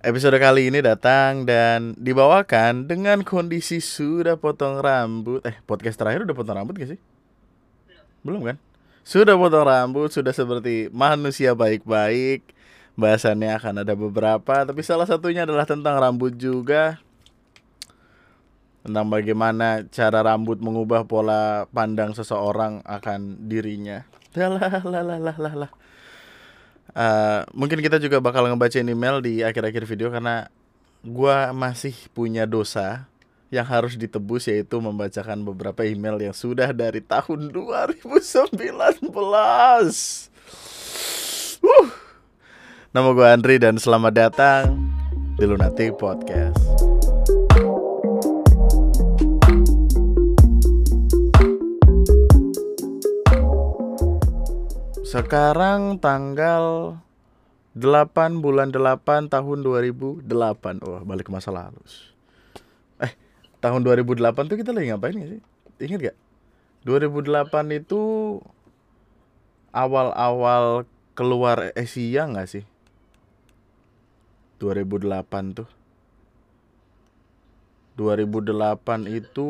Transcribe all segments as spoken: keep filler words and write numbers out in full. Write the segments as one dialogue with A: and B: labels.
A: Episode kali ini datang dan dibawakan dengan kondisi sudah potong rambut. Eh, podcast terakhir udah potong rambut gak sih? Belum kan? Sudah potong rambut, sudah seperti manusia baik-baik. Bahasannya akan ada beberapa, tapi salah satunya adalah tentang rambut juga. Tentang bagaimana cara rambut mengubah pola pandang seseorang akan dirinya. Lah lah lah lah lah lah. Uh, mungkin kita juga bakal ngebacain email di akhir-akhir video karena gua masih punya dosa yang harus ditebus, yaitu membacakan beberapa email yang sudah dari tahun dua ribu sembilan belas. Uh. Nama gue Andri dan selamat datang di Lunatic Podcast. Sekarang tanggal delapan bulan delapan tahun dua ribu delapan. Wah, oh, balik ke masa lalu. Eh, tahun dua ribu delapan tuh kita lagi ngapain gak sih? Ingat gak? dua ribu delapan itu awal-awal keluar Asia gak sih? dua ribu delapan tuh. dua ribu delapan itu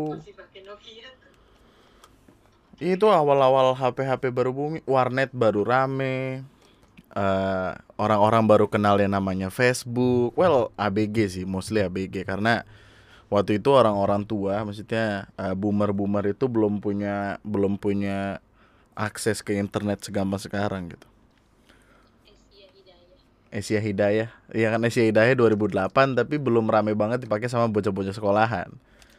A: Itu awal-awal H P-H P baru booming, warnet baru rame. Uh, orang-orang baru kenal yang namanya Facebook. Well, A B G sih, mostly A B G karena waktu itu orang-orang tua, maksudnya uh, boomer-boomer itu belum punya belum punya akses ke internet segampang sekarang gitu. Asia Hidayah. Asia Hidayah. Iya kan, Asia Hidayah dua ribu delapan, tapi belum rame banget dipakai sama bocah-bocah sekolahan.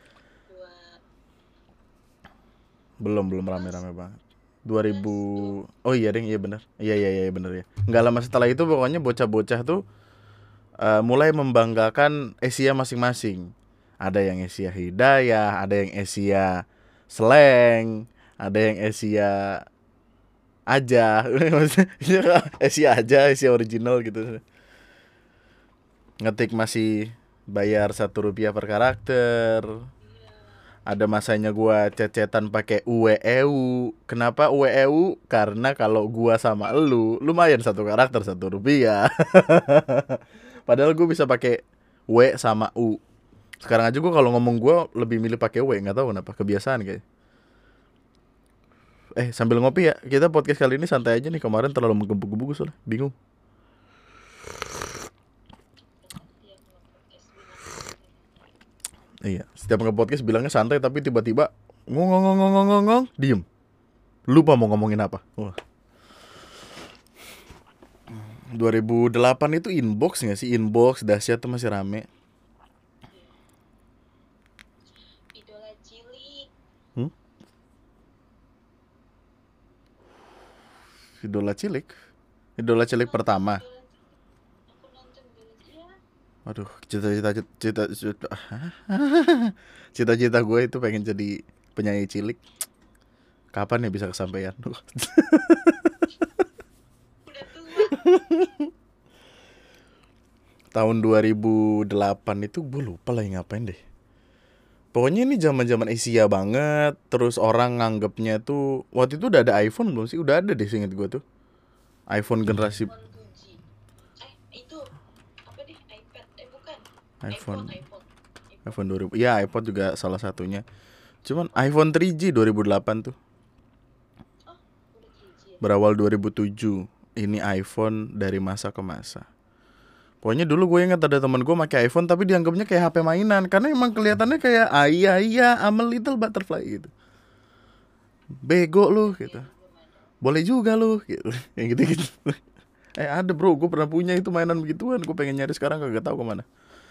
A: Belum belum rame-rame banget. dua ribu Oh iya deh, iya benar. Iya iya iya benar ya. Enggak lama setelah itu pokoknya bocah-bocah tuh uh, mulai membanggakan Asia masing-masing. Ada yang Asia Hidayah, ada yang Asia Slang, ada yang Asia aja. Asia aja, Asia original gitu. Ngetik masih bayar satu rupiah per karakter. Ada masanya gua cecetan pakai U W E U. Kenapa U W E U? Karena kalau gua sama elu lumayan satu karakter satu rupiah. Padahal gua bisa pakai W sama U. Sekarang aja gua kalau ngomong gua lebih milih pakai W, nggak tahu kenapa, kebiasaan kayak. Eh, sambil ngopi ya, kita podcast kali ini santai aja nih. Kemarin terlalu menggebu-gebu soalnya, bingung. Iya, setiap nge-podcast bilangnya santai tapi tiba-tiba ngong-ngong-ngong-ngong-ngong, diem. Lupa mau ngomongin apa. Wah. dua ribu delapan itu inbox gak sih? Inbox, dahsyat tuh masih rame. Idola cilik. Hmm? Idola cilik? Idola cilik pertama. Aduh, cita-cita cita cita cita-cita gue itu pengen jadi penyanyi cilik. Kapan ya bisa kesampaian? Udah tua. Tahun dua ribu delapan itu gue lupa lagi ngapain deh. Pokoknya ini zaman-zaman Asia banget. Terus orang nganggapnya tuh, waktu itu udah ada iPhone belum sih? Udah ada deh, seinget gue tuh. iPhone generasi iPhone iPhone, iPhone dua ribu. Ya, iPod juga salah satunya. Cuman iPhone tiga G dua ribu delapan tuh. Berawal dua ribu tujuh. Ini iPhone dari masa ke masa. Pokoknya dulu gue ingat ada teman gue pakai iPhone tapi dianggapnya kayak H P mainan karena emang kelihatannya kayak ayah iya I'm a little butterfly gitu. Bego lu gitu. Boleh juga lu gitu. Kayak gitu-gitu. Eh ada bro, gue pernah punya itu mainan begituan. Gue pengen nyari sekarang kagak tahu kemana.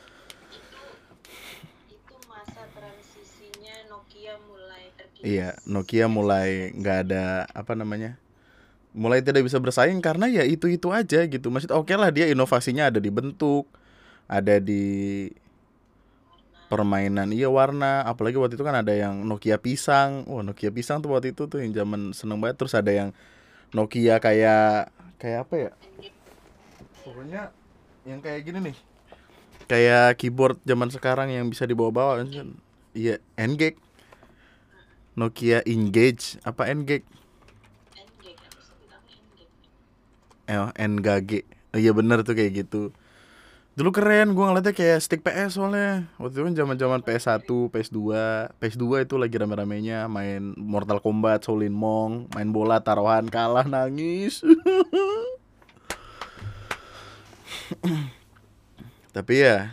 A: Iya, Nokia mulai nggak ada apa namanya, mulai tidak bisa bersaing karena ya itu itu aja gitu. Maksud oke okay lah dia inovasinya ada di bentuk, ada di permainan, iya warna. Apalagi waktu itu kan ada yang Nokia pisang. Wah, Nokia pisang tuh waktu itu tuh yang zaman seneng banget. Terus ada yang Nokia kayak kayak apa ya? Pokoknya yang kayak gini nih, kayak keyboard zaman sekarang yang bisa dibawa-bawa. Iya, N-Gage. Nokia Engage apa N-Gage? Eh, N-Gage. Oh iya bener tuh kayak gitu. Dulu keren, gue ngeliatnya kayak stick P S soalnya. Waktu itu kan zaman-zaman P S satu, P S dua, P S dua itu lagi rame-ramenya main Mortal Kombat, Shaolin Monk, main bola taruhan kalah nangis. Tapi ya,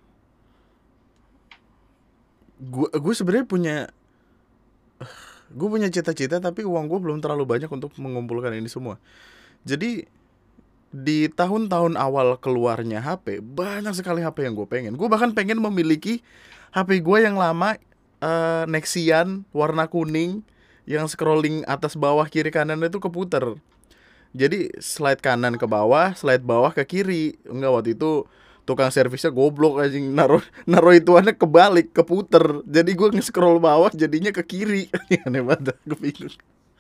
A: gue gue sebenarnya punya gue punya cita-cita tapi uang gue belum terlalu banyak untuk mengumpulkan ini semua. Jadi di tahun-tahun awal keluarnya H P, banyak sekali H P yang gue pengen. Gue bahkan pengen memiliki H P gue yang lama, uh, Nexian warna kuning, yang scrolling atas bawah kiri kanan itu keputer. Jadi slide kanan ke bawah, slide bawah ke kiri. Enggak, waktu itu tukang servisnya goblok aja, naruh naruh ituannya kebalik, keputer. Jadi gue nge-scroll bawah jadinya ke kiri. Aneh banget, gue bingung.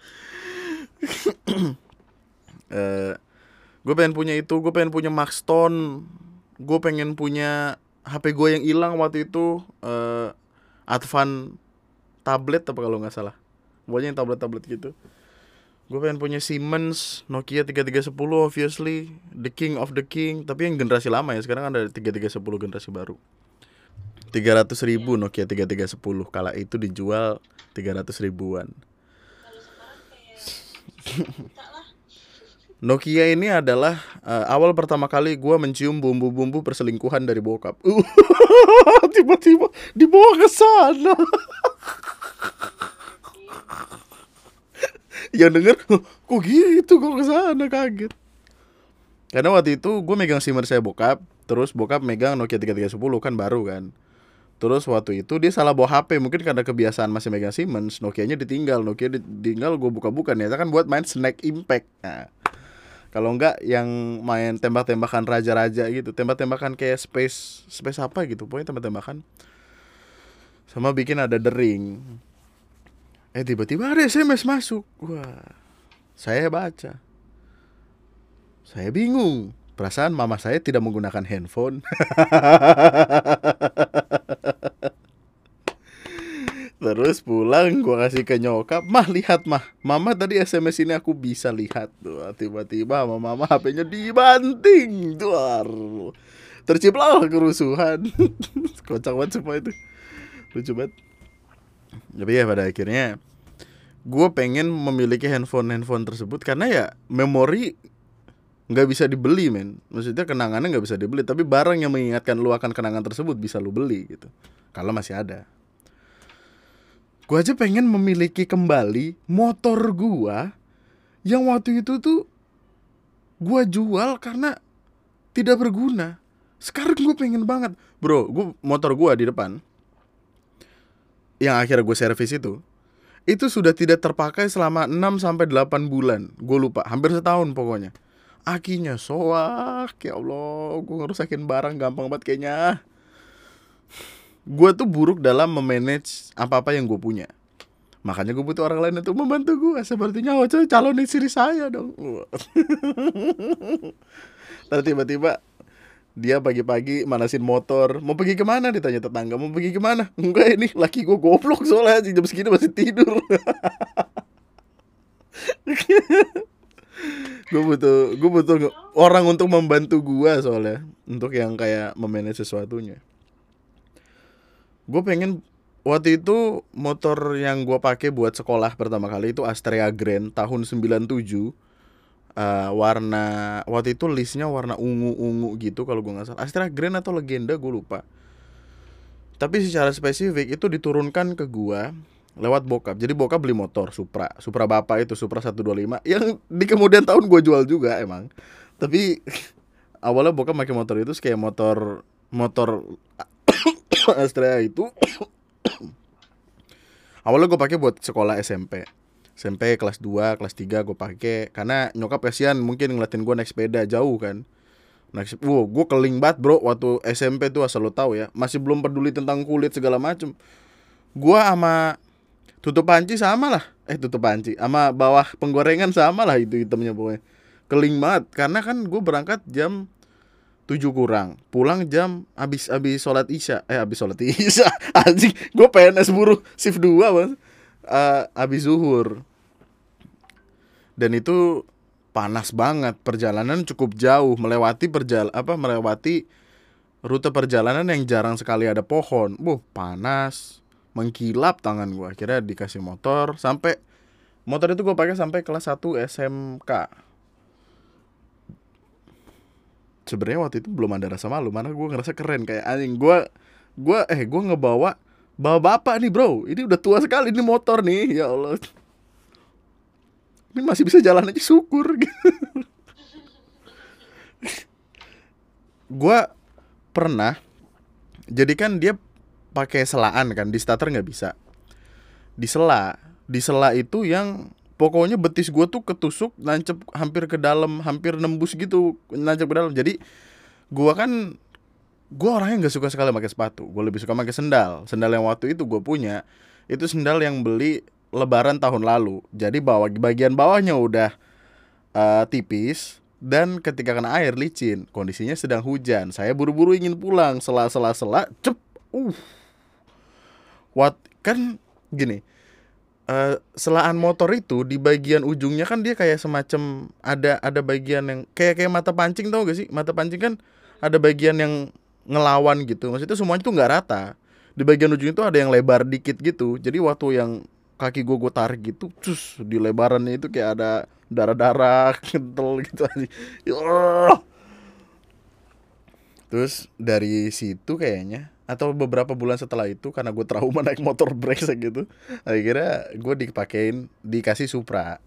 A: uh, Gue pengen punya itu, gue pengen punya Maxton, gue pengen punya H P gue yang hilang waktu itu, uh, Advan tablet apa kalau nggak salah, pokoknya yang tablet-tablet gitu. Gue pengen punya Siemens Nokia tiga tiga satu nol, obviously the king of the king, tapi yang generasi lama ya. Sekarang ada tiga tiga satu nol generasi baru, tiga ratus ribu Nokia tiga tiga satu nol, kala itu dijual tiga ratus ribuan. Nokia ini adalah uh, awal pertama kali gue mencium bumbu-bumbu perselingkuhan dari bokap. Uh, tiba-tiba dibawa ke sana. Yang denger, kok gitu, kok ke sana, kaget. Karena waktu itu gue megang Siemens saya bokap, terus bokap megang Nokia tiga tiga satu nol kan baru kan. Terus waktu itu dia salah bawa H P, mungkin karena kebiasaan masih megang Siemens, Nokianya ditinggal. Nokia ditinggal, gue buka-buka nih, kan buat main Snack Impact. Nah, kalau enggak yang main tembak-tembakan raja-raja gitu, tembak-tembakan kayak space space apa gitu, pokoknya tembak-tembakan. Sama bikin ada The Ring. Eh tiba-tiba ada S M S masuk. Wah, saya baca. Saya bingung. Perasaan mama saya tidak menggunakan handphone. Terus pulang gue kasih ke nyokap, mah lihat mah, mama tadi S M S ini aku bisa lihat. Tuh, tiba-tiba sama mama H P-nya dibanting. Tuh, terciplah kerusuhan. Kocak banget semua itu, lucu banget. Tapi ya pada akhirnya gue pengen memiliki handphone-handphone tersebut karena ya memori nggak bisa dibeli, men. Maksudnya kenangannya nggak bisa dibeli, tapi barang yang mengingatkan lu akan kenangan tersebut bisa lu beli gitu, kalau masih ada. Gue aja pengen memiliki kembali motor gue yang waktu itu tuh gue jual karena tidak berguna. Sekarang gue pengen banget, bro. Gue motor gue di depan yang akhirnya gue servis itu, itu sudah tidak terpakai selama enam sampai delapan bulan. Gue lupa, hampir setahun pokoknya. Akinya soak, ya Allah, gue ngerusakin barang gampang banget kayaknya. Gue tuh buruk dalam memanage apa-apa yang gue punya. Makanya gue butuh orang lain untuk membantu gue. Sepertinya oh, calon istri saya dong. Terus tiba-tiba dia pagi-pagi manasin motor. Mau pergi kemana? Ditanya tetangga. Mau pergi kemana? Enggak, ini laki gue goblok soalnya jam segini masih tidur. Gue butuh gue butuh orang untuk membantu gue soalnya, untuk yang kayak memanage sesuatunya. Gue pengen waktu itu motor yang gue pakai buat sekolah pertama kali itu Astrea Grand tahun sembilan tujuh. Uh, warna waktu itu listnya warna ungu-ungu gitu kalau gue nggak salah. Astrea Grand atau Legenda gue lupa. Tapi secara spesifik itu diturunkan ke gue lewat bokap. Jadi bokap beli motor Supra, Supra bapak itu, Supra seratus dua puluh lima, yang di kemudian tahun gue jual juga emang. Tapi awalnya bokap pakai motor itu kayak motor motor Astrea itu. Awalnya gue pakai buat sekolah S M P. S M P kelas dua, kelas tiga gue pakai karena nyokap kasihan mungkin ngeliatin gue naik sepeda jauh kan. Naik wow, gue keling banget, bro, waktu S M P tuh, asal lo tahu ya. Masih belum peduli tentang kulit segala macem. Gue sama tutup panci sama lah. Eh tutup panci sama bawah penggorengan sama lah, itu hitamnya pokoknya. Keling banget karena kan gue berangkat jam tujuh kurang, pulang jam abis abis sholat isya, eh abis sholat isya, anjing, gue P N S buruh shift dua bang, uh, abis zuhur, dan itu panas banget, perjalanan cukup jauh, melewati perjal apa melewati rute perjalanan yang jarang sekali ada pohon. Wuh, panas, mengkilap tangan gue. Akhirnya dikasih motor. Sampai motor itu gue pakai sampai kelas satu S M K. Sebenarnya waktu itu belum ada rasa malu, mana gue ngerasa keren kayak anjing. Gue gue eh gue ngebawa bawa bapak nih bro. Ini udah tua sekali ini motor nih, ya Allah. Ini masih bisa jalan aja syukur. Gue pernah, jadi kan dia pakai selaan kan, di starter nggak bisa. Di sela, di sela itu yang pokoknya betis gue tuh ketusuk, nancep hampir ke dalam, hampir nembus gitu, nancep ke dalam. Jadi gue kan, gue orangnya nggak suka sekali pakai sepatu. Gue lebih suka pakai sendal. Sendal yang waktu itu gue punya, itu sendal yang beli Lebaran tahun lalu. Jadi bawah bagian bawahnya udah uh, tipis. Dan ketika kena air licin, kondisinya sedang hujan. Saya buru-buru ingin pulang, sela-sela-sela, cep, uh, what kan gini, uh, selaan motor itu di bagian ujungnya kan dia kayak semacam ada ada bagian yang kayak kayak mata pancing, tau gak sih? Mata pancing kan ada bagian yang ngelawan gitu. Maksudnya semuanya tuh nggak rata. Di bagian ujung itu ada yang lebar dikit gitu. Jadi waktu yang kaki gue gue tarik gitu, cus di lebarannya itu kayak ada darah-darah kental gitu aja. Terus dari situ kayaknya, atau beberapa bulan setelah itu, karena gue trauma naik motor brengsek gitu, akhirnya gue dipakein, dikasih Supra.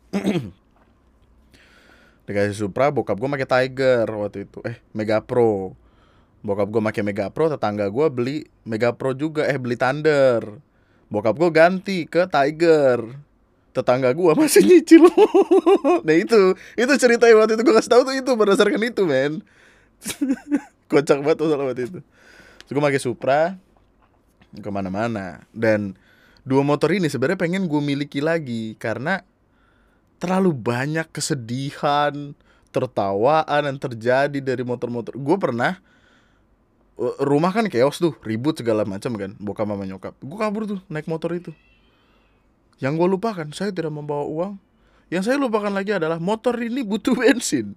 A: Dikasih Supra, bokap gue pakai Tiger waktu itu, eh Mega Pro. Bokap gue pakai Mega Pro, tetangga gue beli Mega Pro juga, eh beli Thunder. Bokap gue ganti ke Tiger. Tetangga gue masih nyicil. Nah itu, itu ceritanya waktu itu gue kasih tahu tuh itu berdasarkan itu, men. Kocak banget tuh waktu itu. Terus gue pakai Supra kemana-mana. Dan dua motor ini sebenarnya pengen gue miliki lagi karena terlalu banyak kesedihan, tertawaan yang terjadi dari motor-motor. Gue pernah, rumah kan chaos tuh, ribut segala macam kan, bokap mama nyokap. Gue kabur tuh naik motor itu. Yang gue lupakan, saya tidak membawa uang. Yang saya lupakan lagi adalah motor ini butuh bensin.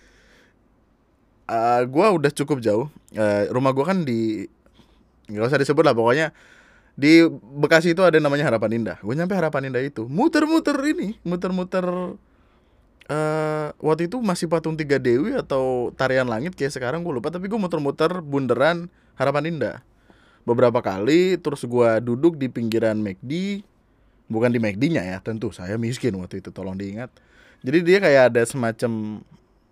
A: Uh, gue udah cukup jauh. Uh, rumah gue kan di, nggak usah disebut lah, pokoknya di Bekasi itu ada namanya Harapan Indah. Gue nyampe Harapan Indah itu, muter-muter ini, muter-muter. Uh, waktu itu masih Patung Tiga Dewi atau Tarian Langit kayak sekarang gue lupa. Tapi gue muter-muter bundaran Harapan Indah beberapa kali. Terus gue duduk di pinggiran McD. Bukan di McD-nya ya, tentu saya miskin waktu itu, tolong diingat. Jadi dia kayak ada semacam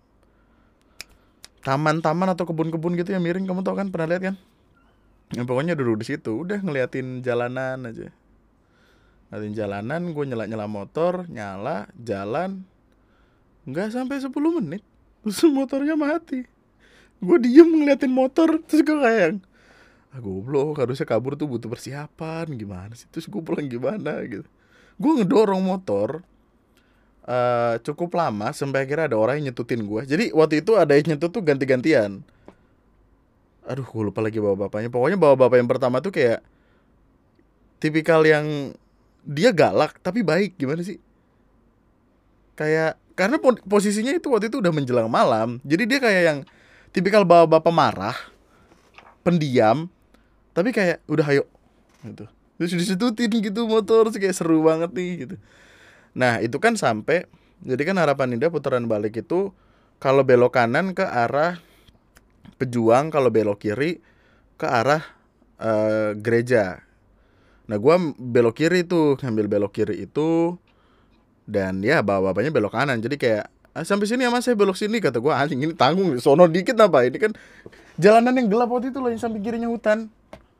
A: taman-taman atau kebun-kebun gitu yang miring, kamu tau kan, pernah lihat kan? Yang pokoknya duduk di situ, udah ngeliatin jalanan aja. Ngeliatin jalanan, gue nyala-nyala motor, nyala, jalan. Nggak sampai sepuluh menit, terus motornya mati. Gue diem ngeliatin motor, terus gue kayak, ah goblok, harusnya kabur tuh butuh persiapan, gimana sih? Terus gue pulang gimana gitu. Gue ngedorong motor uh, cukup lama sampai akhirnya ada orang yang nyetutin gue. Jadi waktu itu ada yang nyetut tuh ganti-gantian. Aduh, gue lupa lagi bawa bapaknya. Pokoknya bawa bapak yang pertama tuh kayak tipikal yang dia galak tapi baik, gimana sih? Kayak karena posisinya itu waktu itu udah menjelang malam. Jadi dia kayak yang tipikal bawa bapak marah, pendiam, tapi kayak udah ayo gitu. Terus disetutin gitu motor, terus kayak seru banget nih gitu. Nah itu kan sampai, jadi kan Harapan Indah putaran balik itu kalau belok kanan ke arah Pejuang, kalau belok kiri ke arah uh, gereja. Nah gue belok kiri tuh, ngambil belok kiri itu, dan ya bawa-bapaknya belok kanan. Jadi kayak ah, sampai sini ya mas, saya belok sini, kata gue anjing ini tanggung, sono dikit apa, ini kan jalanan yang gelap waktu itu loh, yang sampai kirinya hutan.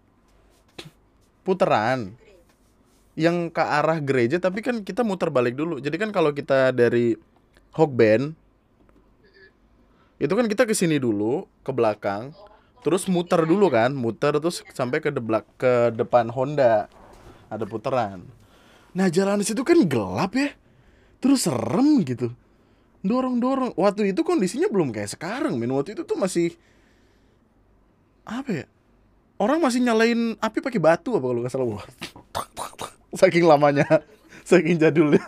A: Puteran yang ke arah gereja, tapi kan kita muter balik dulu. Jadi kan kalau kita dari Hokben itu kan kita kesini dulu ke belakang, terus muter dulu kan, muter terus sampai ke deblak ke depan Honda, ada puteran. Nah jalan di situ kan gelap ya, terus serem gitu, dorong-dorong. Waktu itu kondisinya belum kayak sekarang, men. Waktu itu tuh masih apa ya? Orang masih nyalain api pakai batu apa kalau nggak salah. Saking lamanya, saking jadulnya.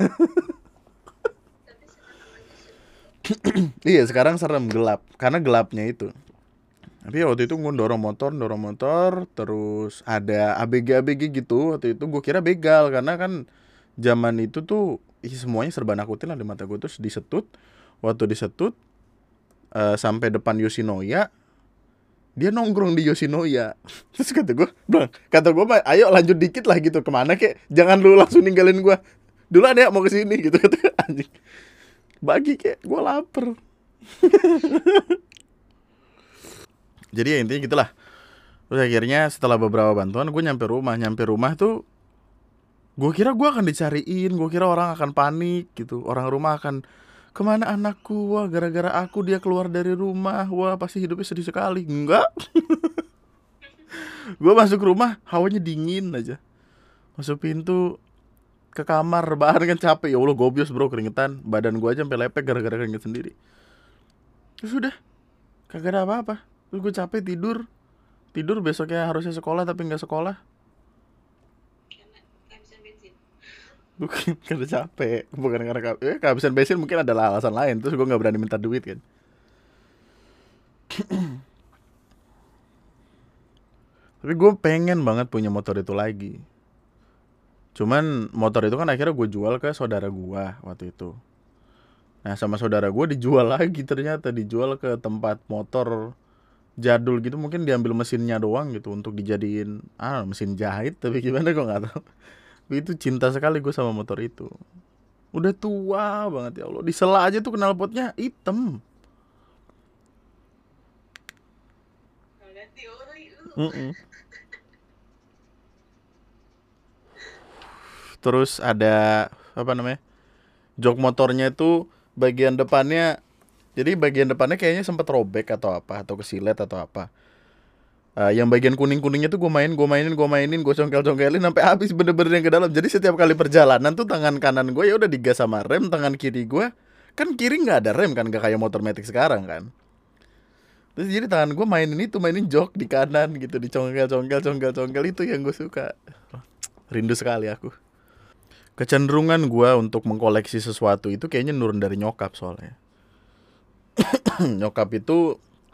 A: Iya sekarang serem, gelap. Karena gelapnya itu. Tapi ya waktu itu gue dorong motor, dorong motor, terus ada A B G A B G gitu. Waktu itu gue kira begal karena kan zaman itu tuh ih, semuanya serba nakutin lah di mata gue. Terus disetut, waktu disetut uh, sampai depan Yoshinoya, dia nongkrong di Yoshinoya. Terus kata gue, bang, kata gue, ayo lanjut dikit lah gitu, kemana kek? Jangan lu langsung ninggalin gue. Duluan ya mau kesini gitu kata anjing. Bagi kek, gue lapar. Jadi ya intinya gitulah. Terus akhirnya setelah beberapa bantuan gue nyampe rumah. Nyampe rumah tuh gue kira gue akan dicariin. Gue kira orang akan panik gitu. Orang rumah akan, kemana anakku? Wah gara-gara aku dia keluar dari rumah. Wah pasti hidupnya sedih sekali. Enggak. Gue masuk rumah hawanya dingin aja. Masuk pintu ke kamar, rebahan kan capek. Ya Allah gobios bro, keringetan. Badan gue aja sampai lepek gara-gara keringet sendiri. Terus udah kagak ada apa-apa. Terus gue capek tidur. Tidur besoknya harusnya sekolah tapi gak sekolah.
B: Kehabisan bensin.
A: Bukan karena capek. Bukan karena ke- eh, kehabisan bensin, mungkin adalah alasan lain. Terus gue gak berani minta duit kan. Tapi gue pengen banget punya motor itu lagi. Cuman motor itu kan akhirnya gue jual ke saudara gue waktu itu. Nah sama saudara gue dijual lagi, ternyata dijual ke tempat motor jadul gitu, mungkin diambil mesinnya doang gitu untuk dijadiin ah mesin jahit, tapi gimana gue nggak tahu. Tapi itu cinta sekali gue sama motor itu. Udah tua banget ya Allah, disela aja tuh knalpotnya hitam.
B: Kalau ganti oi lu.
A: Mm-mm. Terus ada apa namanya, jok motornya itu bagian depannya, jadi bagian depannya kayaknya sempat robek atau apa, atau kesilet atau apa. Uh, yang bagian kuning-kuningnya tuh gue main, gue mainin, gue mainin, gue congkel-congkelin sampai habis bener-bener yang ke dalam. Jadi setiap kali perjalanan tuh tangan kanan gue ya udah digas sama rem, tangan kiri gue kan kiri nggak ada rem kan, nggak kayak motor matic sekarang kan. Terus jadi tangan gue mainin itu, mainin jok di kanan gitu, dicongkel-congkel, congkel-congkel, itu yang gue suka. Rindu sekali aku. Kecenderungan gue untuk mengkoleksi sesuatu itu kayaknya nurun dari nyokap soalnya. Nyokap itu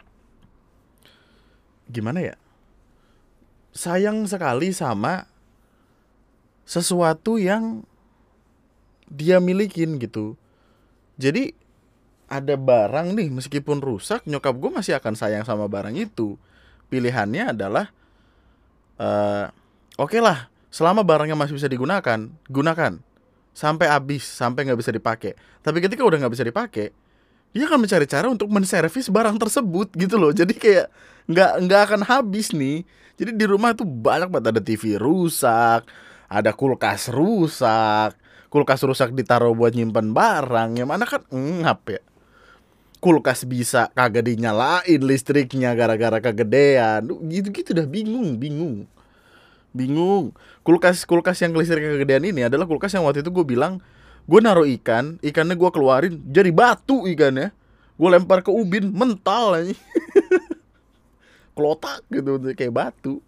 A: gimana ya? Sayang sekali sama sesuatu yang dia milikin gitu. Jadi ada barang nih, meskipun rusak, nyokap gue masih akan sayang sama barang itu. Pilihannya adalah uh, oke okay lah, selama barangnya masih bisa digunakan, gunakan sampai habis, sampai nggak bisa dipakai. Tapi ketika udah nggak bisa dipakai, dia akan mencari cara untuk menservis barang tersebut gitu loh. Jadi kayak nggak nggak akan habis nih. Jadi di rumah tuh banyak banget, ada T V rusak, ada kulkas rusak, kulkas rusak ditaruh buat nyimpen barang, yang mana kan ngap ya. Kulkas bisa kagak dinyalain listriknya gara-gara kegedean. Gitu-gitu dah, bingung, bingung. Bingung. Kulkas kulkas yang listrik kegedean ini adalah kulkas yang waktu itu gue bilang gue naruh ikan, ikannya gue keluarin jadi batu ikannya. Gue lempar ke ubin, mental aja. Kelotak gitu kayak batu.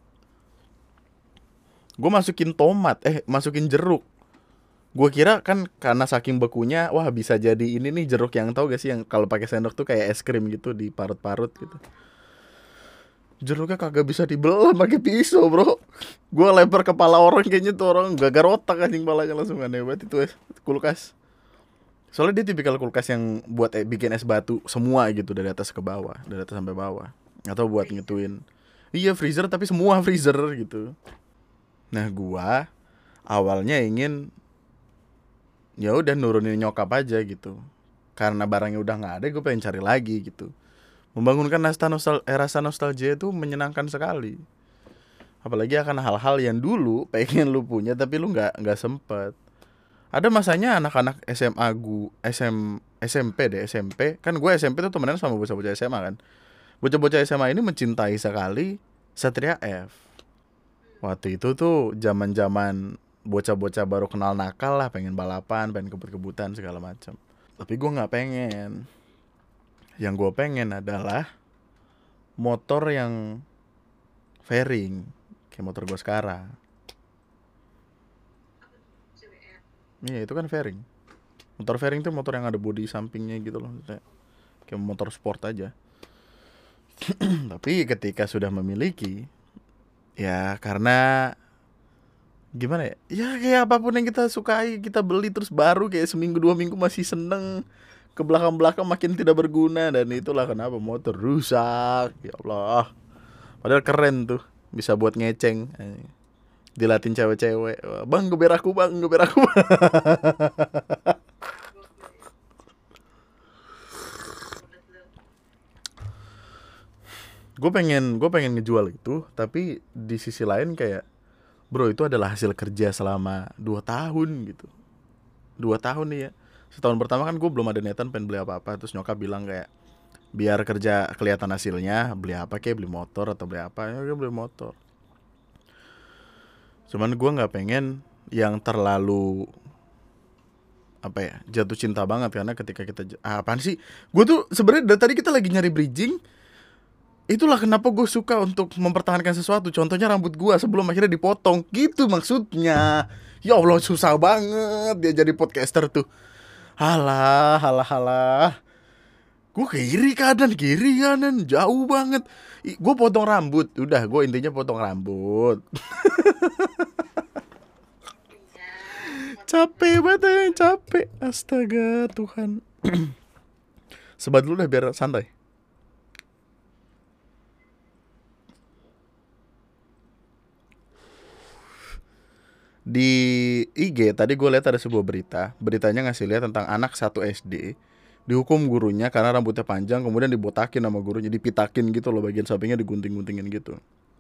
A: Gue masukin tomat, eh masukin jeruk. Gue kira kan karena saking bekunya, wah bisa jadi ini nih jeruk yang tau gak sih yang kalau pakai sendok tuh kayak es krim gitu, diparut-parut gitu. Jeruknya kagak bisa dibelah pakai pisau bro. Gue lempar kepala orang, kayaknya tuh orang gagar otak anjing, palanya langsung. Aneh banget itu es kulkas. Soalnya dia tipikal kulkas yang buat eh, bikin es batu semua gitu, dari atas ke bawah, dari atas sampai bawah. Atau buat ngituin. Iya freezer, tapi semua freezer gitu. Nah gua awalnya ingin ya udah nurunin nyokap aja gitu. Karena barangnya udah nggak ada, gue pengen cari lagi gitu. Membangunkan rasa nostal eh, rasa nostalgia itu menyenangkan sekali. Apalagi akan hal-hal yang dulu pengen lu punya tapi lu nggak nggak sempet. Ada masanya anak-anak S M A gu S M S M P deh S M P kan, gue S M P tuh temenan sama bocah-bocah S M A kan. Bocah-bocah S M A ini mencintai sekali Satria F. Waktu itu tuh zaman-zaman bocah-bocah baru kenal nakal lah, pengen balapan, pengen kebut-kebutan segala macam. Tapi gue nggak pengen. Yang gue pengen adalah motor yang fairing kayak motor gue sekarang.
B: C B R.
A: Iya itu kan fairing. Motor fairing tuh motor yang ada bodi sampingnya gitu loh, kayak motor sport aja. Tapi ketika sudah memiliki, ya karena gimana ya? Ya kayak apapun yang kita sukai, kita beli terus baru kayak seminggu dua minggu masih seneng, ke belakang-belakang makin tidak berguna, dan itulah kenapa motor rusak. Ya Allah. Padahal keren tuh, bisa buat ngeceng. Eh, Dilatin cewek-cewek. Wah, Bang, geber aku, Bang, geber aku. Bang. Gue pengen gue pengen ngejual itu, tapi di sisi lain kayak, bro, itu adalah hasil kerja selama dua tahun gitu. Dua tahun nih ya. Setahun pertama kan gue belum ada niatan pengen beli apa-apa. Terus nyokap bilang kayak, biar kerja kelihatan hasilnya, beli apa kayak, beli motor atau beli apa. Ya gue beli motor. Cuman gue nggak pengen yang terlalu apa ya, jatuh cinta banget, karena ketika kita j- ah, apaan sih, gue tuh sebenarnya dari tadi kita lagi nyari bridging. Itulah kenapa gue suka untuk mempertahankan sesuatu. Contohnya rambut gue sebelum akhirnya dipotong. Gitu maksudnya. Ya Allah, susah banget dia jadi podcaster tuh. Halah, halah, halah. Gue kiri kanan, kiri kanan, jauh banget. Gue potong rambut. Udah, gue intinya potong rambut.
B: Iya.
A: Capek banget ya, capek. Astaga Tuhan. Sebat dulu deh biar santai. Di I G tadi gue lihat ada sebuah berita. Beritanya ngasih lihat tentang anak satu S D dihukum gurunya karena rambutnya panjang, kemudian dibotakin sama gurunya, dipitakin gitu loh, bagian sampingnya digunting-guntingin gitu.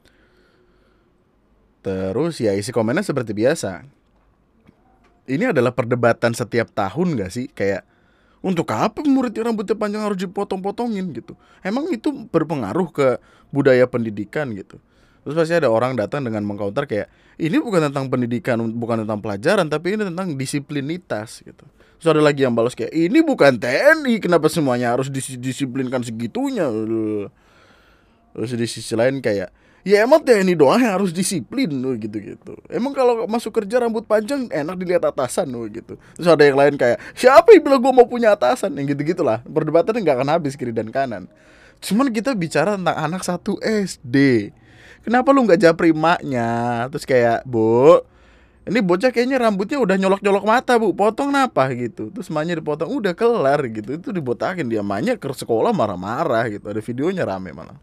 A: Terus ya isi komennya seperti biasa. Ini adalah perdebatan setiap tahun gak sih? Kayak, untuk apa murid yang rambutnya panjang harus dipotong-potongin gitu? Emang itu berpengaruh ke budaya pendidikan gitu? Terus pasti ada orang datang dengan mengcounter kayak, ini bukan tentang pendidikan, bukan tentang pelajaran, tapi ini tentang disiplinitas gitu. Terus ada lagi yang balas kayak, ini bukan T N I, kenapa semuanya harus disiplinkan segitunya? Terus di sisi lain kayak, ya emang T N I doang yang harus disiplin loh, gitu-gitu. Emang kalau masuk kerja rambut panjang enak dilihat atasan loh, gitu. Terus ada yang lain kayak, siapa yang bilang gue mau punya atasan? Yang gitu-gitulah. Perdebatannya nggak akan habis kiri dan kanan. Cuman kita bicara tentang anak satu S D. Kenapa lu nggak japri maknya? Terus kayak, bu, ini bocah kayaknya rambutnya udah nyolok-nyolok mata, bu, potong kenapa gitu? Terus maknya dipotong, udah kelar gitu. Itu dibotakin, dia maknya ke sekolah marah-marah gitu. Ada videonya rame malah.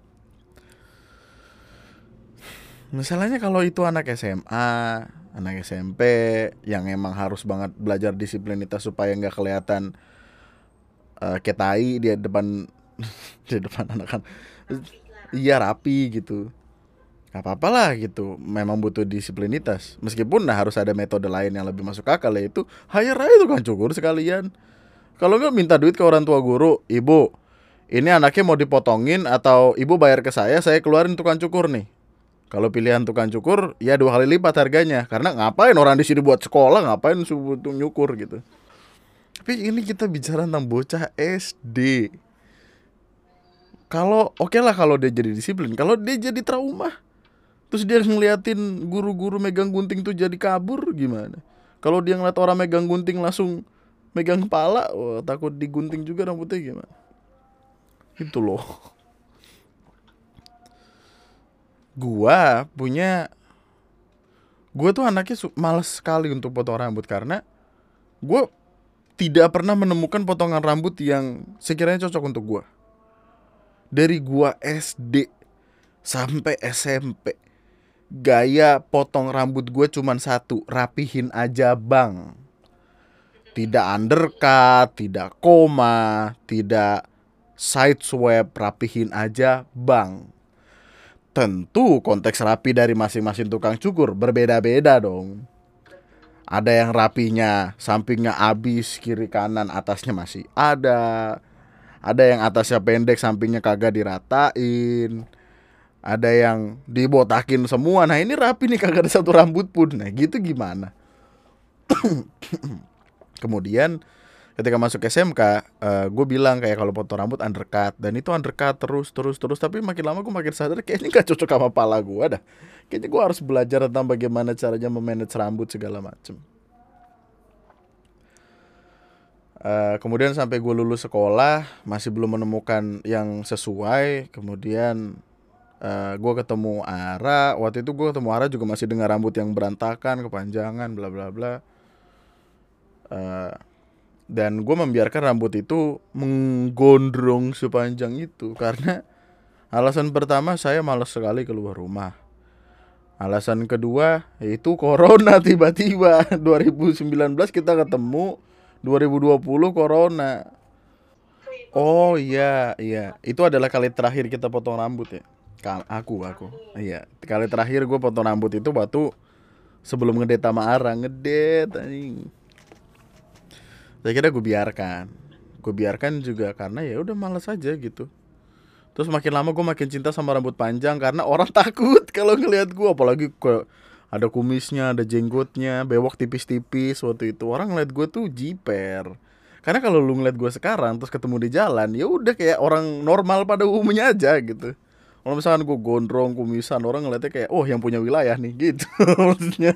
A: Misalnya kalau itu anak S M A, anak S M P yang emang harus banget belajar disiplinitas supaya nggak kelihatan uh, kayak tai di depan di depan anak-anak.
B: Rapi lah.
A: Iya, rapi gitu. Gak apa-apa lah gitu. Memang butuh disiplinitas. Meskipun nah harus ada metode lain yang lebih masuk akal, yaitu hire aja tukang cukur sekalian. Kalau nggak minta duit ke orang tua guru, ibu, ini anaknya mau dipotongin atau ibu bayar ke saya, saya keluarin tukang cukur nih. Kalau pilihan tukang cukur, ya dua kali lipat harganya. Karena ngapain orang di sini buat sekolah, ngapain suruh nyukur gitu. Tapi ini kita bicara tentang bocah S D. Kalau oke okay lah kalau dia jadi disiplin, kalau dia jadi trauma, terus dia ngeliatin guru-guru megang gunting tuh jadi kabur, gimana? Kalau dia ngeliat orang megang gunting langsung megang kepala, wah, takut digunting juga rambutnya, gimana? Itu loh. Gua punya Gue tuh anaknya su- males sekali untuk potong rambut, karena gue tidak pernah menemukan potongan rambut yang sekiranya cocok untuk gue. Dari gua S D sampai S M P, gaya potong rambut gue cuman satu, rapihin aja bang. Tidak undercut, tidak koma, tidak side sweep, rapihin aja bang. Tentu konteks rapi dari masing-masing tukang cukur berbeda-beda dong. Ada yang rapinya sampingnya abis, kiri kanan atasnya masih ada. Ada yang atasnya pendek, sampingnya kagak diratain. Ada yang dibotakin semua. Nah ini rapi nih, kagak ada satu rambut pun. Nah gitu gimana? Kemudian ketika masuk S M K, uh, gue bilang kayak kalau potong rambut undercut, dan itu undercut terus terus terus. Tapi makin lama gue makin sadar kayaknya gak cocok sama pala gue dah. Kayaknya gue harus belajar tentang bagaimana caranya memanage rambut segala macem. Uh, kemudian sampai gue lulus sekolah masih belum menemukan yang sesuai. Kemudian uh, gue ketemu Ara. Waktu itu gue ketemu Ara juga masih dengan rambut yang berantakan, kepanjangan, bla bla bla. Uh, dan gue membiarkan rambut itu menggondrong sepanjang itu karena alasan pertama, saya malas sekali keluar rumah. Alasan kedua, yaitu corona tiba-tiba. dua ribu sembilan belas kita ketemu, dua ribu dua puluh corona. Oh iya, iya. Itu adalah kali terakhir kita potong rambut ya. Ka- Aku, aku. Iya, kali terakhir gue potong rambut itu waktu sebelum ngedate sama Ara. Ngedate anjing. Saya kira gue biarkan. Gue biarkan juga karena ya udah malas aja gitu. Terus makin lama gue makin cinta sama rambut panjang karena orang takut kalau ngelihat gue, apalagi ke ada kumisnya, ada jenggotnya, bewok tipis-tipis. Waktu itu orang ngeliat gue tuh jiper. Karena kalau lu ngeliat gue sekarang terus ketemu di jalan, ya udah kayak orang normal pada umumnya aja gitu. Kalau misalkan gue gondrong, kumisan, orang ngeliatnya kayak, oh yang punya wilayah nih gitu. Maksudnya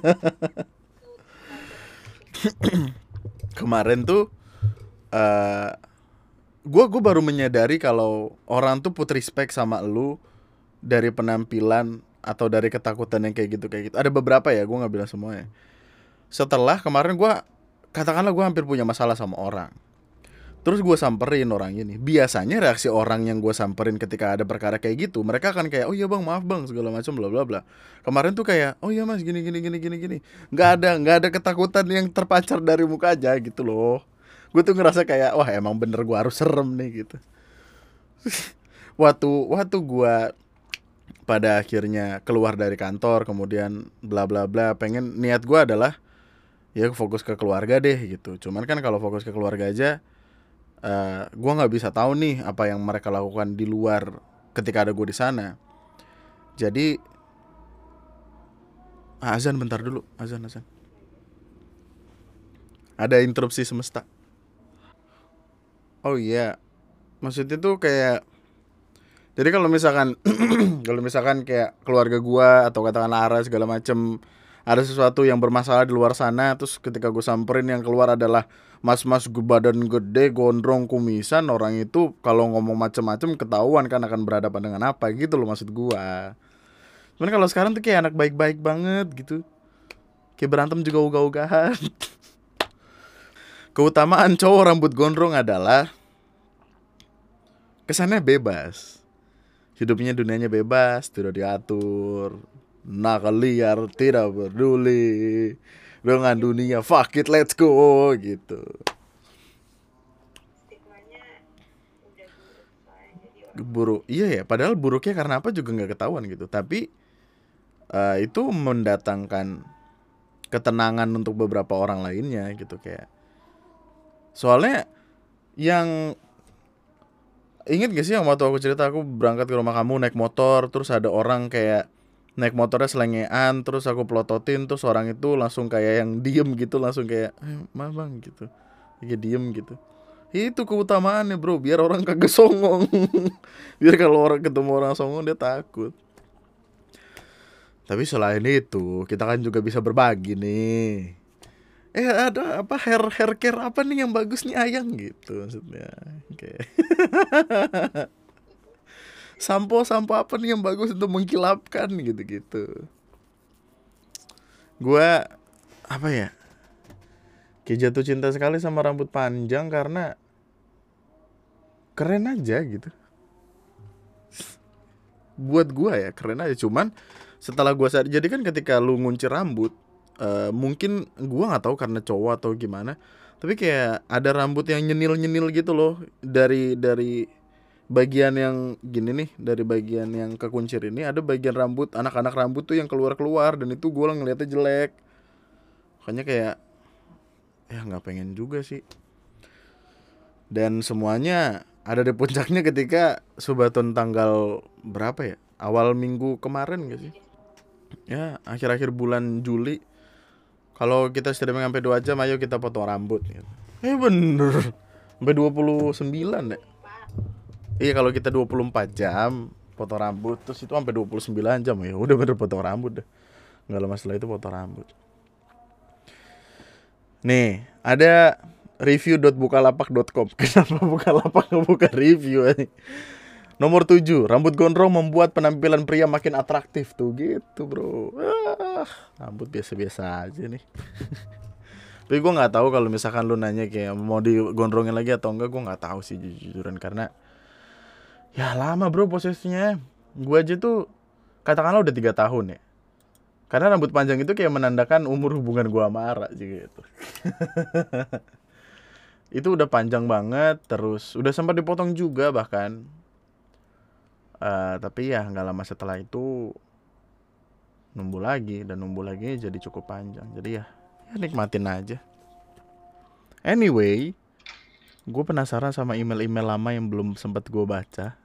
A: kemarin tuh uh, gue gue baru menyadari kalau orang tuh put respect sama lu dari penampilan atau dari ketakutan yang kayak gitu kayak gitu. Ada beberapa ya, gue nggak bilang semuanya. Setelah kemarin gue, katakanlah gue hampir punya masalah sama orang, terus gue samperin orang ini. Biasanya reaksi orang yang gue samperin ketika ada perkara kayak gitu, mereka akan kayak, oh iya bang, maaf bang, segala macam, bla bla bla. Kemarin tuh kayak, oh iya mas, gini gini gini gini gini. Nggak ada nggak ada ketakutan yang terpancar dari muka aja gitu loh. Gue tuh ngerasa kayak, wah emang bener gue harus serem nih gitu. waktu waktu gue pada akhirnya keluar dari kantor, kemudian bla bla bla, pengen, niat gue adalah ya fokus ke keluarga deh gitu. Cuman kan kalau fokus ke keluarga aja, uh, gue nggak bisa tahu nih apa yang mereka lakukan di luar ketika ada gue di sana. Jadi ah, azan bentar dulu, azan azan. Ada interupsi semesta. Oh iya, maksudnya tuh kayak, jadi kalau misalkan kalau misalkan kayak keluarga gua atau katakan Lara segala macem ada sesuatu yang bermasalah di luar sana, terus ketika gue samperin yang keluar adalah mas-mas badan gede, gondrong, kumisan, orang itu kalau ngomong macem-macem ketahuan kan akan berhadapan dengan apa gitu loh maksud gua. Cuman kalau sekarang tuh kayak anak baik-baik banget gitu, kayak berantem juga ogah-ogahan. Keutamaan cowok rambut gondrong adalah kesannya bebas. Hidupnya dunianya bebas, tidak diatur, nakal liar, tidak peduli dengan dunia, fuck it, let's go gitu.
B: Stigmanya udah buruk soalnya jadi orang
A: Buruk, iya ya. Padahal buruknya karena apa juga nggak ketahuan gitu. Tapi uh, itu mendatangkan ketenangan untuk beberapa orang lainnya gitu kayak. Soalnya yang ingat gak sih yang waktu aku cerita aku berangkat ke rumah kamu naik motor, terus ada orang kayak naik motornya selengean, terus aku pelototin, terus orang itu langsung kayak yang diem gitu, langsung kayak, eh, maaf bang gitu, kayak diem gitu. Itu keutamaannya bro, biar orang kagak songong. Biar kalau orang ketemu orang songong dia takut. Tapi selain itu kita kan juga bisa berbagi nih. Eh ada apa hair hair care apa nih yang bagus nih ayang gitu maksudnya. Kayak sampo-sampo apa nih yang bagus untuk mengkilapkan gitu-gitu. Gua apa ya? Kayak jatuh cinta sekali sama rambut panjang karena keren aja gitu. Buat gua ya keren aja, cuman setelah gua sadar, jadi kan ketika lu ngunci rambut, uh, mungkin gua nggak tahu karena cowok atau gimana, tapi kayak ada rambut yang nyenil-nyenil gitu loh dari dari bagian yang gini nih, dari bagian yang kekuncir ini ada bagian rambut, anak-anak rambut tuh yang keluar-keluar, dan itu gue ngeliatnya jelek. Makanya kayak ya nggak pengen juga sih. Dan semuanya ada di puncaknya ketika Subaton tanggal berapa ya, awal minggu kemarin gak sih, ya akhir-akhir bulan Juli. Kalau kita streaming sampai dua jam, ayo kita potong rambut gitu. Eh bener sampai dua puluh sembilan ya. Iya kalau kita dua puluh empat jam potong rambut, terus itu sampai dua puluh sembilan jam, ya udah bener potong rambut dah. Enggak lama setelah itu potong rambut. Nih, ada review dot bukalapak dot com. Kenapa Bukalapak ngebuka review ini? Nomor tujuh, rambut gondrong membuat penampilan pria makin atraktif tuh gitu bro. Ah, rambut biasa-biasa aja nih. Tapi gue nggak tahu kalau misalkan lu nanya kayak mau digondrongin lagi atau enggak, gue nggak tahu sih jujuran, karena ya lama bro prosesnya. Gue aja tuh katakanlah udah tiga tahun ya. Karena rambut panjang itu kayak menandakan umur hubungan gue sama Ara sih gitu. Itu udah panjang banget, terus udah sempat dipotong juga bahkan. Uh, tapi ya nggak lama setelah itu numbuh lagi, dan numbuh lagi jadi cukup panjang. Jadi ya, ya nikmatin aja. Anyway, gue penasaran sama email-email lama yang belum sempat gue baca.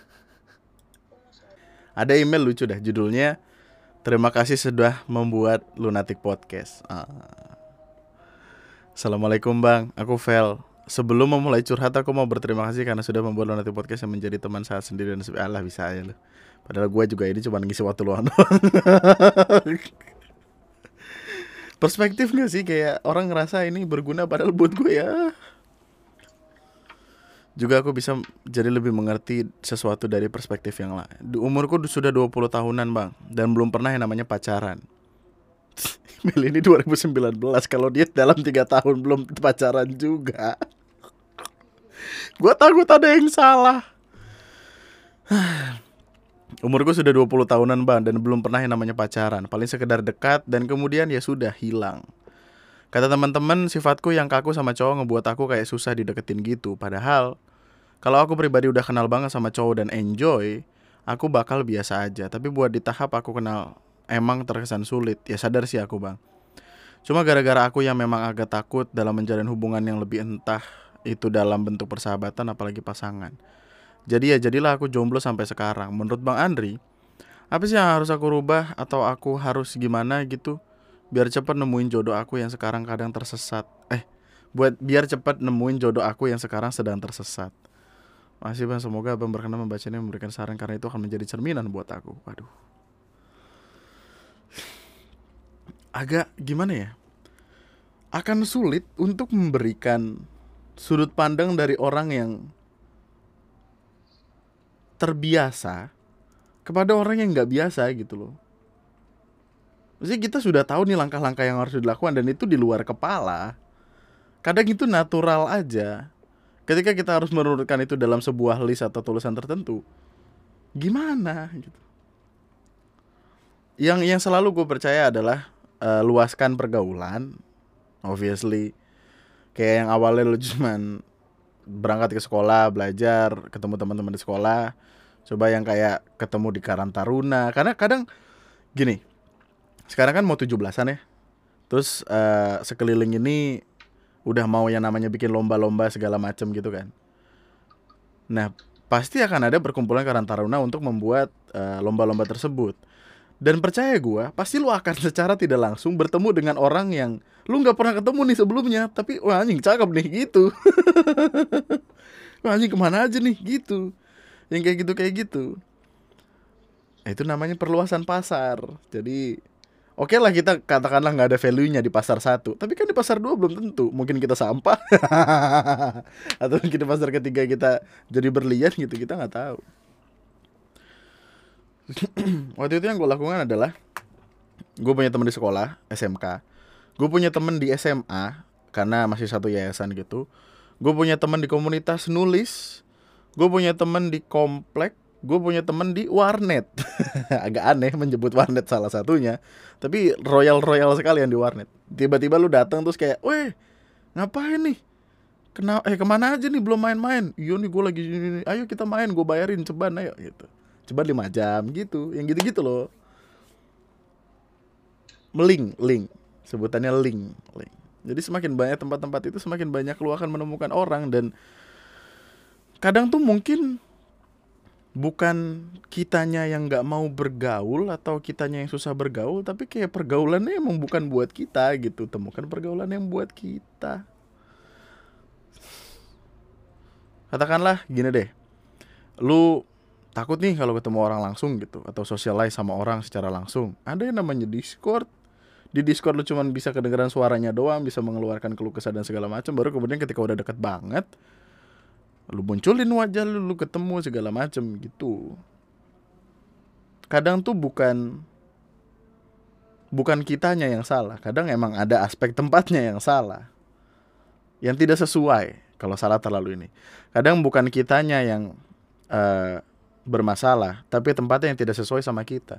A: Ada email lucu dah, judulnya terima kasih sudah membuat Lunatic Podcast. Ah. Assalamualaikum bang, aku Vel. Sebelum memulai curhat, aku mau berterima kasih karena sudah membuat Lunatic Podcast yang menjadi teman saat sendiri dan sepi. Allah bisa aja loh. Padahal gue juga ini cuma ngisi waktu luang doang. Perspektif gak sih, kayak orang ngerasa ini berguna padahal buat gue ya. Juga aku bisa jadi lebih mengerti sesuatu dari perspektif yang lain. Umurku sudah dua puluh tahunan bang, dan belum pernah yang namanya pacaran. Mil ini dua ribu sembilan belas, kalau dia dalam tiga tahun belum pacaran juga. Gue takut ada yang salah. Umurku sudah dua puluh tahunan bang, dan belum pernah yang namanya pacaran. Paling sekedar dekat, dan kemudian ya sudah hilang. Kata teman-teman, sifatku yang kaku sama cowok ngebuat aku kayak susah dideketin gitu. Padahal kalau aku pribadi udah kenal banget sama cowok dan enjoy, aku bakal biasa aja. Tapi buat di tahap aku kenal emang terkesan sulit. Ya sadar sih aku bang. Cuma gara-gara aku yang memang agak takut dalam menjalin hubungan yang lebih, entah itu dalam bentuk persahabatan apalagi pasangan. Jadi ya jadilah aku jomblo sampai sekarang. Menurut Bang Andri, apa sih yang harus aku rubah atau aku harus gimana gitu biar cepat nemuin jodoh aku yang sekarang kadang tersesat. Eh, buat biar cepat nemuin jodoh aku yang sekarang sedang tersesat. Makasih bang, semoga abang berkenan membacanya, memberikan saran karena itu akan menjadi cerminan buat aku. Waduh, agak gimana ya, akan sulit untuk memberikan sudut pandang dari orang yang terbiasa kepada orang yang gak biasa gitu loh. Maksudnya kita sudah tahu nih langkah-langkah yang harus dilakukan, dan itu di luar kepala. Kadang itu natural aja. Ketika kita harus menurunkan itu dalam sebuah list atau tulisan tertentu, gimana gitu. Yang yang selalu gue percaya adalah uh, luaskan pergaulan. Obviously, kayak yang awalnya lu cuman berangkat ke sekolah, belajar, ketemu teman-teman di sekolah, coba yang kayak ketemu di Karang Taruna. Karena kadang gini, sekarang kan mau tujuh belasan ya. Terus uh, sekeliling ini udah mau yang namanya bikin lomba-lomba segala macam gitu kan. Nah, pasti akan ada perkumpulan Karang Taruna untuk membuat uh, lomba-lomba tersebut. Dan percaya gue, pasti lu akan secara tidak langsung bertemu dengan orang yang lu gak pernah ketemu nih sebelumnya. Tapi wah anjing cakep nih gitu. Wah anjing kemana aja nih gitu. Yang kayak gitu kayak gitu. Nah, itu namanya perluasan pasar. Jadi oke okay lah kita katakanlah gak ada value-nya di pasar satu, tapi kan di pasar dua belum tentu. Mungkin kita sampah. Atau mungkin di pasar ketiga kita jadi berlian gitu, kita gak tahu. Waktu itu yang gue lakukan adalah, gue punya teman di sekolah S M K, gue punya teman di S M A karena masih satu yayasan gitu, gue punya teman di komunitas nulis, gue punya teman di komplek, gue punya teman di warnet. Agak aneh menyebut warnet salah satunya, tapi royal-royal sekalian di warnet. Tiba-tiba lu datang terus kayak, weh ngapain nih? Kena, eh kemana aja nih belum main-main? Iya nih gue lagi ini, ayo kita main, gue bayarin ceban ayo gitu. Coba lima jam gitu, yang gitu-gitu loh. Link, link, sebutannya link, link. Jadi semakin banyak tempat-tempat itu, semakin banyak lu akan menemukan orang. Dan kadang tuh mungkin bukan kitanya yang gak mau bergaul atau kitanya yang susah bergaul, tapi kayak pergaulannya emang bukan buat kita gitu. Temukan pergaulan yang buat kita. Katakanlah gini deh, lu takut nih kalau ketemu orang langsung gitu, atau socialize sama orang secara langsung. Ada yang namanya Discord, Di Discord lu cuman bisa kedengeran suaranya doang, bisa mengeluarkan keluh kesah dan segala macam. Baru kemudian ketika udah deket banget, lu munculin wajah lu, lu ketemu segala macam gitu. Kadang tuh bukan bukan kitanya yang salah, kadang emang ada aspek tempatnya yang salah, yang tidak sesuai. Kalau salah terlalu ini, kadang bukan kitanya yang uh, bermasalah, tapi tempatnya yang tidak sesuai sama kita.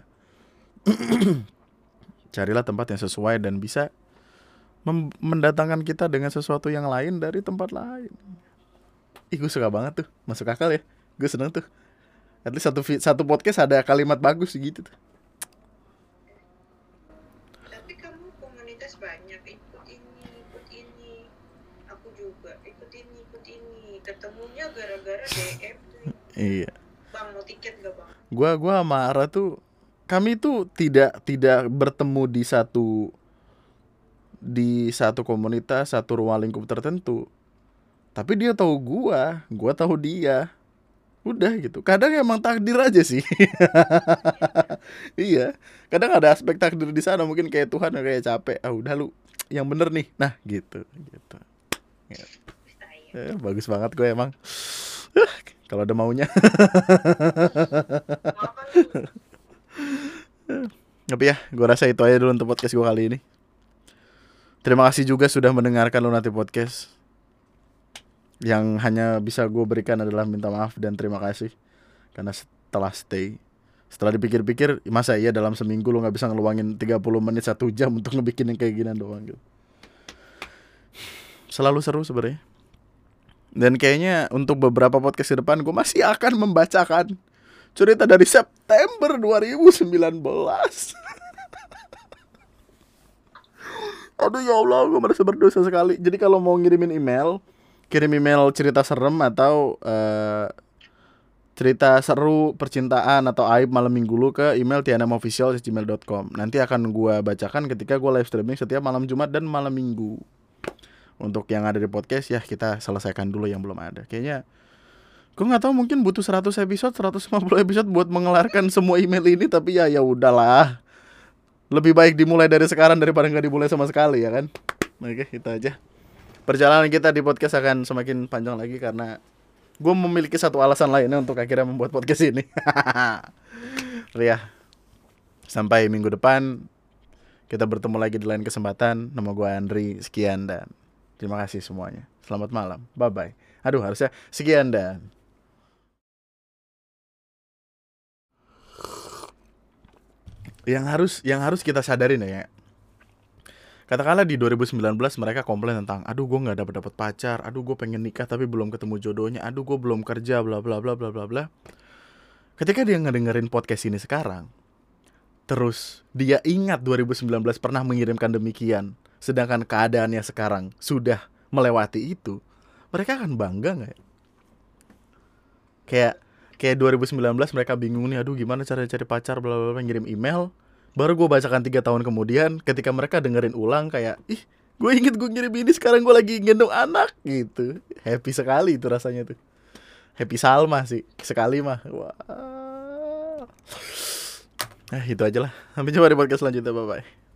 A: Carilah tempat yang sesuai dan bisa mem- mendatangkan kita dengan sesuatu yang lain dari tempat lain. Ih, gue suka banget tuh, masuk akal ya, gue seneng tuh. At least satu satu podcast ada kalimat bagus gitu tuh.
B: Tapi kamu komunitas banyak, ikut ini, ikut ini. Aku juga ikut ini, ikut ini. Ketemunya gara-gara D M tuh.
A: Iya.
B: Bang, mau tiket gak bang?
A: Gua gua sama Ara tuh, kami tuh tidak tidak bertemu di satu di satu komunitas, satu ruang lingkup tertentu. Tapi dia tahu gua, gua tahu dia. Udah gitu. Kadang emang takdir aja sih. Iya. Kadang ada aspek takdir di sana, mungkin kayak Tuhan kayak capek. Ah udah lu yang bener nih. Nah, gitu, gitu. Ya. Eh, bagus banget gue emang. Kalau ada maunya. Tapi ya, gue rasa itu aja dulu untuk podcast gue kali ini. Terima kasih juga sudah mendengarkan Lunati Podcast. Yang hanya bisa gue berikan adalah minta maaf dan terima kasih karena setelah stay, setelah dipikir-pikir, masa iya dalam seminggu lo gak bisa ngeluangin tiga puluh menit satu jam untuk ngebikin yang kayak gini doang gitu. Selalu seru sebenarnya. Dan kayaknya untuk beberapa podcast ke depan gue masih akan membacakan cerita dari September dua ribu sembilan belas. Aduh ya Allah, gue merasa berdosa sekali. Jadi kalau mau ngirimin email, kirim email cerita serem atau uh, cerita seru percintaan atau aib malam minggu lu ke email tianamofficial at gmail dot com. Nanti akan gue bacakan ketika gue live streaming setiap malam Jumat dan malam Minggu. Untuk yang ada di podcast ya kita selesaikan dulu yang belum ada. Kayaknya gue nggak tahu, mungkin butuh seratus episode, seratus lima puluh episode buat mengelarkan semua email ini. Tapi ya ya udahlah. Lebih baik dimulai dari sekarang daripada nggak dimulai sama sekali ya kan. Oke, itu aja. Perjalanan kita di podcast akan semakin panjang lagi karena gue memiliki satu alasan lainnya untuk akhirnya membuat podcast ini. Ria, sampai minggu depan kita bertemu lagi di lain kesempatan. Nama gue Andri, sekian dan terima kasih semuanya. Selamat malam, bye bye. Aduh, harusnya sekian dan yang harus yang harus kita sadarin ya. Katakanlah di dua ribu sembilan belas mereka komplain tentang, aduh gue nggak dapat dapat pacar, aduh gue pengen nikah tapi belum ketemu jodohnya, aduh gue belum kerja, bla bla bla bla bla bla. Ketika dia ngedengerin podcast ini sekarang, terus dia ingat dua ribu sembilan belas pernah mengirimkan demikian, sedangkan keadaannya sekarang sudah melewati itu, mereka akan bangga nggak ya? Kayak kayak dua ribu sembilan belas mereka bingung nih, aduh gimana cara cari pacar, bla bla bla, ngirim email. Baru gue bacakan tiga tahun kemudian, ketika mereka dengerin ulang kayak, ih, gue inget gue ngirim ini, sekarang gue lagi gendong anak gitu. Happy sekali itu rasanya tuh. Happy Salma sih, sekali mah. Wah. Nah, itu aja lah. Sampai jumpa di podcast selanjutnya, bye bye.